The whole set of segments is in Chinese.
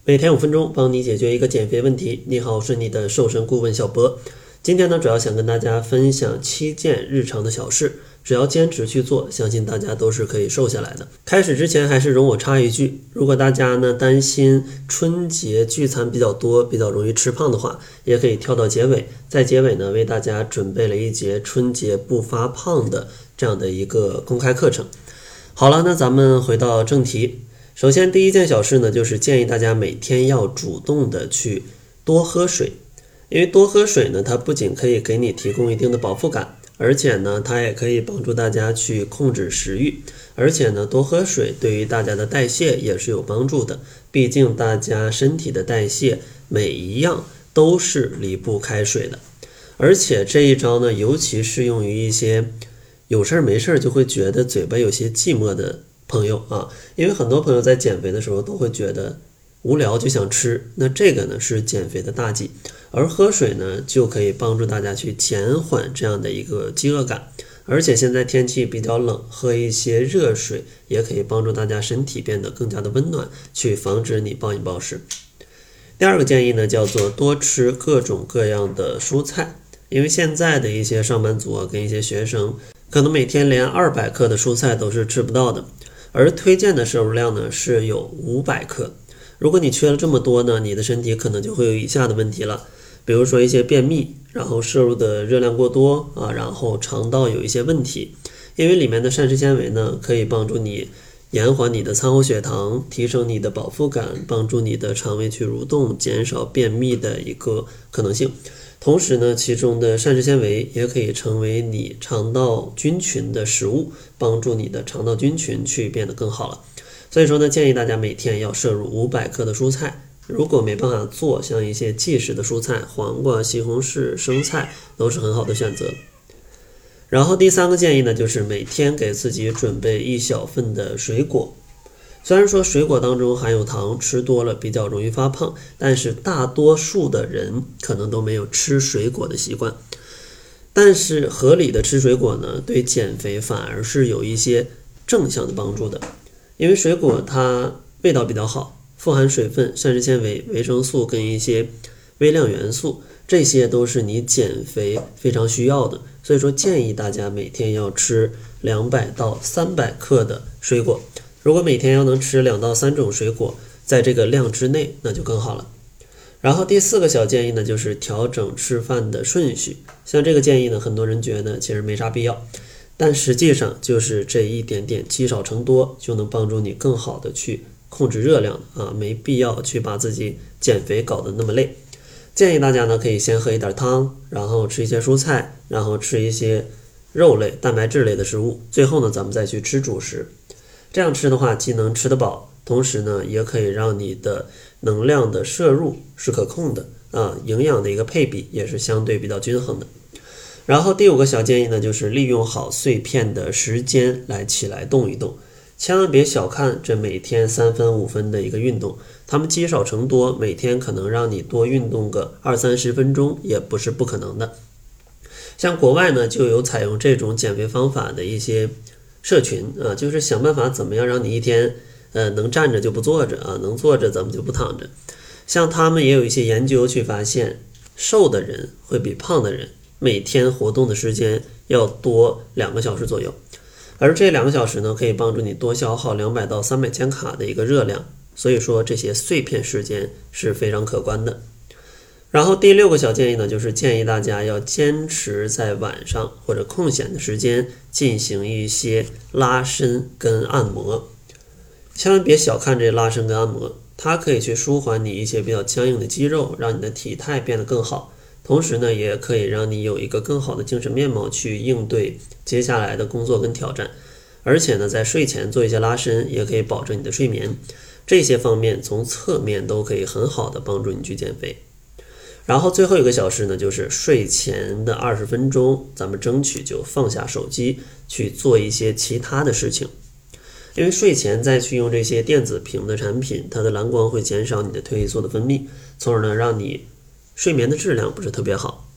每天5分钟，帮你解决一个减肥问题。你好，我是你的瘦身顾问小博。今天呢，主要想跟大家分享7件日常的小事，只要坚持去做，相信大家都是可以瘦下来的。开始之前，还是容我插一句，如果大家呢担心春节聚餐比较多，比较容易吃胖的话，也可以跳到结尾，在结尾呢为大家准备了一节春节不发胖的这样的一个公开课程。好了，那咱们回到正题。首先第一件小事呢，就是建议大家每天要主动的去多喝水。因为多喝水呢，它不仅可以给你提供一定的饱腹感，而且呢它也可以帮助大家去控制食欲，而且呢多喝水对于大家的代谢也是有帮助的。毕竟大家身体的代谢每一样都是离不开水的，而且这一招呢尤其适用于一些有事没事就会觉得嘴巴有些寂寞的朋友啊，因为很多朋友在减肥的时候都会觉得无聊就想吃，那这个呢是减肥的大忌，而喝水呢就可以帮助大家去减缓这样的一个饥饿感，而且现在天气比较冷，喝一些热水也可以帮助大家身体变得更加的温暖，去防止你暴饮暴食。第二个建议呢叫做多吃各种各样的蔬菜，因为现在的一些上班族跟一些学生可能每天连200克的蔬菜都是吃不到的，而推荐的摄入量呢是有500克。如果你缺了这么多呢，你的身体可能就会有以下的问题了，比如说一些便秘，然后摄入的热量过多然后肠道有一些问题。因为里面的膳食纤维呢可以帮助你延缓你的餐后血糖，提升你的饱腹感，帮助你的肠胃去蠕动，减少便秘的一个可能性。同时呢，其中的膳食纤维也可以成为你肠道菌群的食物，帮助你的肠道菌群去变得更好了。所以说呢，建议大家每天要摄入500克的蔬菜。如果没办法做，像一些即食的蔬菜，黄瓜、西红柿、生菜都是很好的选择。然后第3个建议呢，就是每天给自己准备1小份的水果。虽然说水果当中含有糖，吃多了比较容易发胖，但是大多数的人可能都没有吃水果的习惯。但是合理的吃水果呢，对减肥反而是有一些正向的帮助的。因为水果它味道比较好，富含水分、膳食纤维、维生素跟一些微量元素，这些都是你减肥非常需要的。所以说建议大家每天要吃200到300克的水果。如果每天要能吃2到3种水果，在这个量之内，那就更好了。然后第4个小建议呢，就是调整吃饭的顺序。像这个建议呢，很多人觉得其实没啥必要，但实际上就是这一点点积少成多，就能帮助你更好的去控制热量没必要去把自己减肥搞得那么累。建议大家呢可以先喝一点汤，然后吃一些蔬菜，然后吃一些肉类、蛋白质类的食物，最后呢咱们再去吃主食。这样吃的话，既能吃得饱，同时呢也可以让你的能量的摄入是可控的营养的一个配比也是相对比较均衡的。然后第5个小建议呢，就是利用好碎片的时间来起来动一动。千万别小看这每天3分5分的一个运动，它们积少成多，每天可能让你多运动个20-30分钟也不是不可能的。像国外呢就有采用这种减肥方法的一些社群就是想办法怎么样让你一天能站着就不坐着能坐着咱们就不躺着。像他们也有一些研究去发现，瘦的人会比胖的人每天活动的时间要多2个小时左右，而这2个小时呢可以帮助你多消耗200到300千卡的一个热量，所以说这些碎片时间是非常可观的。然后第6个小建议呢，就是建议大家要坚持在晚上或者空闲的时间进行一些拉伸跟按摩。千万别小看这拉伸跟按摩，它可以去舒缓你一些比较僵硬的肌肉，让你的体态变得更好，同时呢也可以让你有一个更好的精神面貌去应对接下来的工作跟挑战。而且呢在睡前做一些拉伸也可以保证你的睡眠，这些方面从侧面都可以很好的帮助你去减肥。然后最后1个小时呢，就是睡前的20分钟，咱们争取就放下手机去做一些其他的事情。因为睡前再去用这些电子屏的产品，它的蓝光会减少你的褪黑素的分泌，从而呢让你睡眠的质量不是特别好。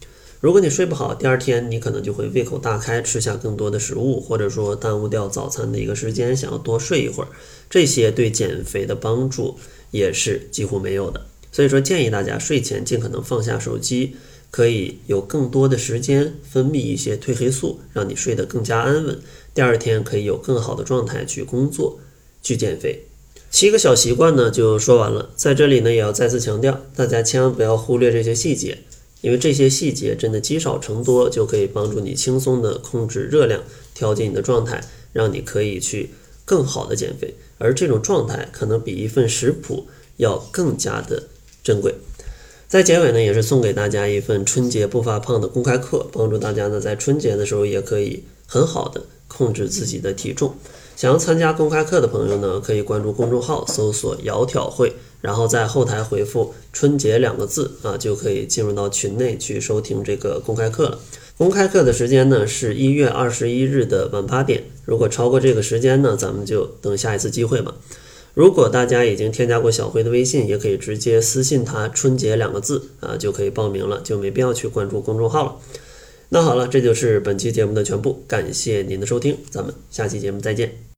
如果你睡不好，第二天你可能就会胃口大开，吃下更多的食物，或者说耽误掉早餐的一个时间，想要多睡一会儿，这些对减肥的帮助也是几乎没有的。所以说建议大家睡前尽可能放下手机，可以有更多的时间分泌一些褪黑素，让你睡得更加安稳，第二天可以有更好的状态去工作，去减肥。7个小习惯呢就说完了，在这里呢也要再次强调，大家千万不要忽略这些细节，因为这些细节真的积少成多，就可以帮助你轻松的控制热量，调节你的状态，让你可以去更好的减肥，而这种状态可能比一份食谱要更加的珍贵。在结尾呢，也是送给大家一份春节不发胖的公开课，帮助大家呢在春节的时候也可以很好的控制自己的体重。想要参加公开课的朋友呢，可以关注公众号搜索窈窕会，然后在后台回复春节2个字就可以进入到群内去收听这个公开课了。公开课的时间呢是1月21日的晚8点，如果超过这个时间呢，咱们就等下一次机会吧。如果大家已经添加过小辉的微信，也可以直接私信他春节2个字就可以报名了，就没必要去关注公众号了。那好了，这就是本期节目的全部，感谢您的收听，咱们下期节目再见。